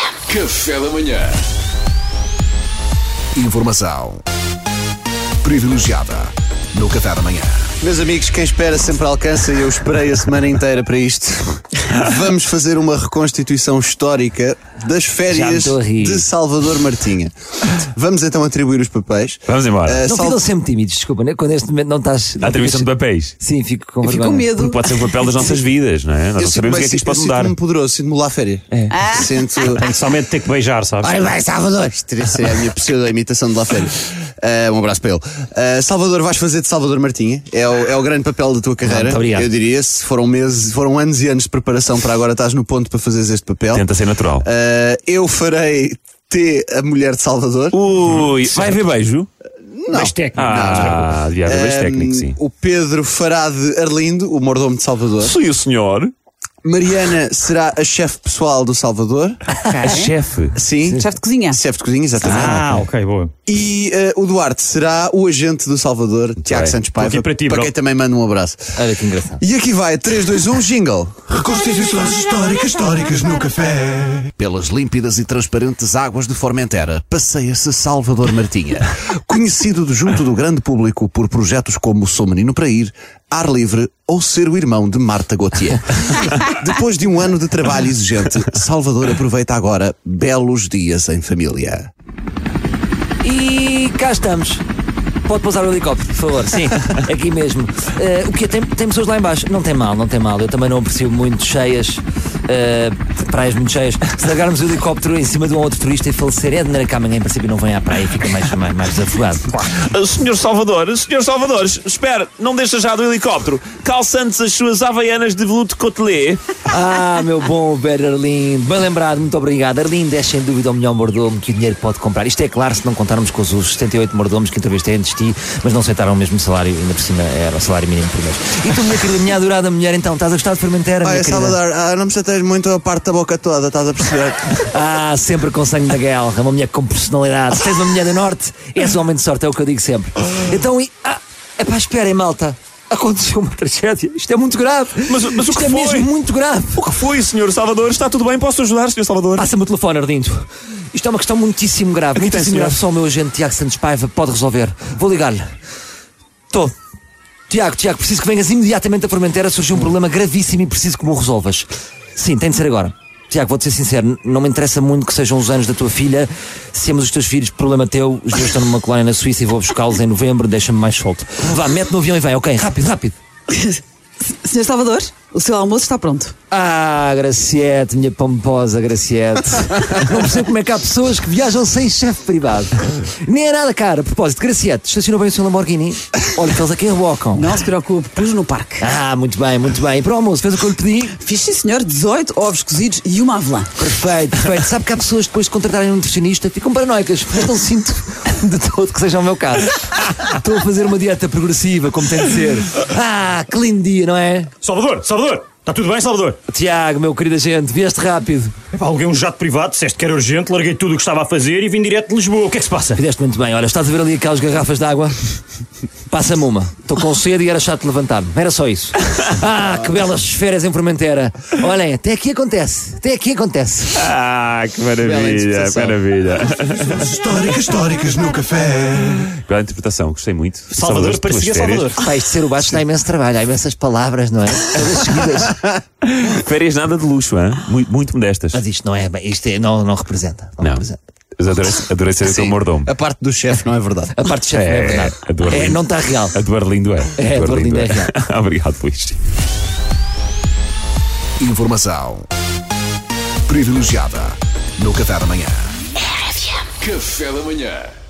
Café da manhã. Informação privilegiada no Café da manhã. Meus amigos, quem espera sempre alcança e eu esperei a semana inteira para isto. Vamos fazer uma reconstituição histórica das férias de Salvador Martinha. Vamos então atribuir os papéis. Vamos embora. Não ficam sempre tímidos, desculpa, né? Quando neste momento não estás... A atribuição de papéis. Sim, fico com vergonha. Fico com medo. Porque pode ser o papel das nossas vidas, não é? Nós não sabemos o que é que isto pode mudar. Sinto-me poderoso, sinto-me lá a férias. Sinto... Tem que somente ter que beijar, sabes? Vai, Salvador! Isto seria a minha pseudo-imitação de lá a férias. Um abraço para ele. Salvador, vais fazer de Salvador Martinha. É o grande papel da tua carreira. Muito obrigado. Eu diria, se foram anos e anos de preparação para agora estás no ponto para fazeres este papel. Tenta ser natural. Eu farei a mulher de Salvador. Ui, vai haver beijo? Não. Mais técnico. Devia haver beijo técnico, sim. O Pedro fará de Arlindo, o mordomo de Salvador. Sim, o senhor. Mariana será a chefe pessoal do Salvador. A chefe. Sim. Chefe de cozinha. Chefe de cozinha, exatamente. Ok, boa. E o Duarte será o agente do Salvador, Tiago Santos Paiva, aqui para ti, bro. quem também manda um abraço. Olha que engraçado. E aqui vai, 3, 2, 1, jingle. Reconstituições históricas no café. Pelas límpidas e transparentes águas de Formentera, passeia-se Salvador Martinha. Conhecido junto do grande público por projetos como Sou Menino para Ir, Ar Livre ou Ser o Irmão de Marta Gauthier. Depois de um ano de trabalho exigente, Salvador aproveita agora belos dias em família. E cá estamos. Pode pousar o helicóptero, por favor. Sim, aqui mesmo. O que tem pessoas lá em baixo? Não tem mal. Eu também não aprecio muito cheias, praias muito cheias. Se largarmos o helicóptero em cima de um outro turista e falecer, é de maneira que amanhã em princípio não vem à praia e fica mais desafogado. Senhor Salvador, espera, não deixa já do helicóptero. Calçantes as suas havaianas de veludo cotelê. Meu bom velho Arlindo. Bem lembrado, muito obrigado. Arlindo é sem dúvida o melhor mordomo que o dinheiro pode comprar. Isto é claro se não contarmos com os 78 mordomos que entrevistei antes de ti, mas não aceitaram o mesmo salário, ainda por cima era o salário mínimo por mês. E tu, minha querida, minha adorada mulher, então, estás a gostar de Formentera? Olha, Salvador, não me chateias muito a parte da boca toda, estás a perceber? Sempre com sangue na guerra, uma mulher com personalidade. Se tens uma mulher do norte, és um homem de sorte, é o que eu digo sempre. Então, esperem, malta. Aconteceu uma tragédia. Isto é muito grave. Mas o Isto que é foi? mesmo muito grave. O que foi, senhor Salvador? Está tudo bem? Posso ajudar, senhor Salvador? Passa-me o telefone, Arlindo. Isto é uma questão muitíssimo grave. Aqui tem, Muitíssimo senhor. grave. Só o meu agente Tiago Santos Paiva pode resolver. Vou ligar-lhe. Estou. Tiago, preciso que venhas imediatamente a Formentera. Surgiu um problema gravíssimo e preciso que me o resolvas. Sim, tem de ser agora. Tiago, vou-te ser sincero, não me interessa muito que sejam os anos da tua filha. Se amas os teus filhos, problema teu. Os meus estão numa colónia na Suíça e vou buscá-los em novembro. Deixa-me mais solto. Vá, mete no avião e vem, ok? Rápido. Senhor Salvador, o seu almoço está pronto. Graciete, minha pomposa Graciete. Não percebo como é que há pessoas que viajam sem chefe privado. Nem é nada caro. A propósito, Graciete, estacionou bem o seu Lamborghini? Olha que eles aqui rebocam. Não se preocupe, pus no parque. Muito bem. E para o almoço, fez o que eu lhe pedi? Fiz, sim, senhor, 18 ovos cozidos e uma avelã. Perfeito. Sabe que há pessoas depois de contratarem um nutricionista ficam paranoicas, mas não sinto de todo que seja o meu caso. Estou a fazer uma dieta progressiva, como tem de ser. Que lindo dia, não é? Salvador! Está tudo bem, Salvador? Tiago, meu querido agente, vieste rápido. Aluguei um jato privado, disseste que era urgente, larguei tudo o que estava a fazer e vim direto de Lisboa. O que é que se passa? Fizeste muito bem. Olha, estás a ver ali aquelas garrafas de água? Passa-me uma. Estou com sede e era chato de levantar-me. Era só isso. Que belas férias em Formentera. Olhem, até aqui acontece. Que maravilha. Históricas no café. Bela interpretação, gostei muito. Salvador, parecia Salvador. Isto de ser o baixo dá imenso trabalho. Há imensas palavras, não é? Todas seguidas. Férias nada de luxo, hein? Muito modestas. Mas isto não é bem. Não representa. Não representa. Mas adorei ser o teu mordomo. A parte do chefe não é verdade. A parte de chefe não é verdade. A do Arlindo. Não está real. A do Arlindo é. A do Arlindo é real. Obrigado, Luís. Informação privilegiada no Café da manhã. Café da manhã.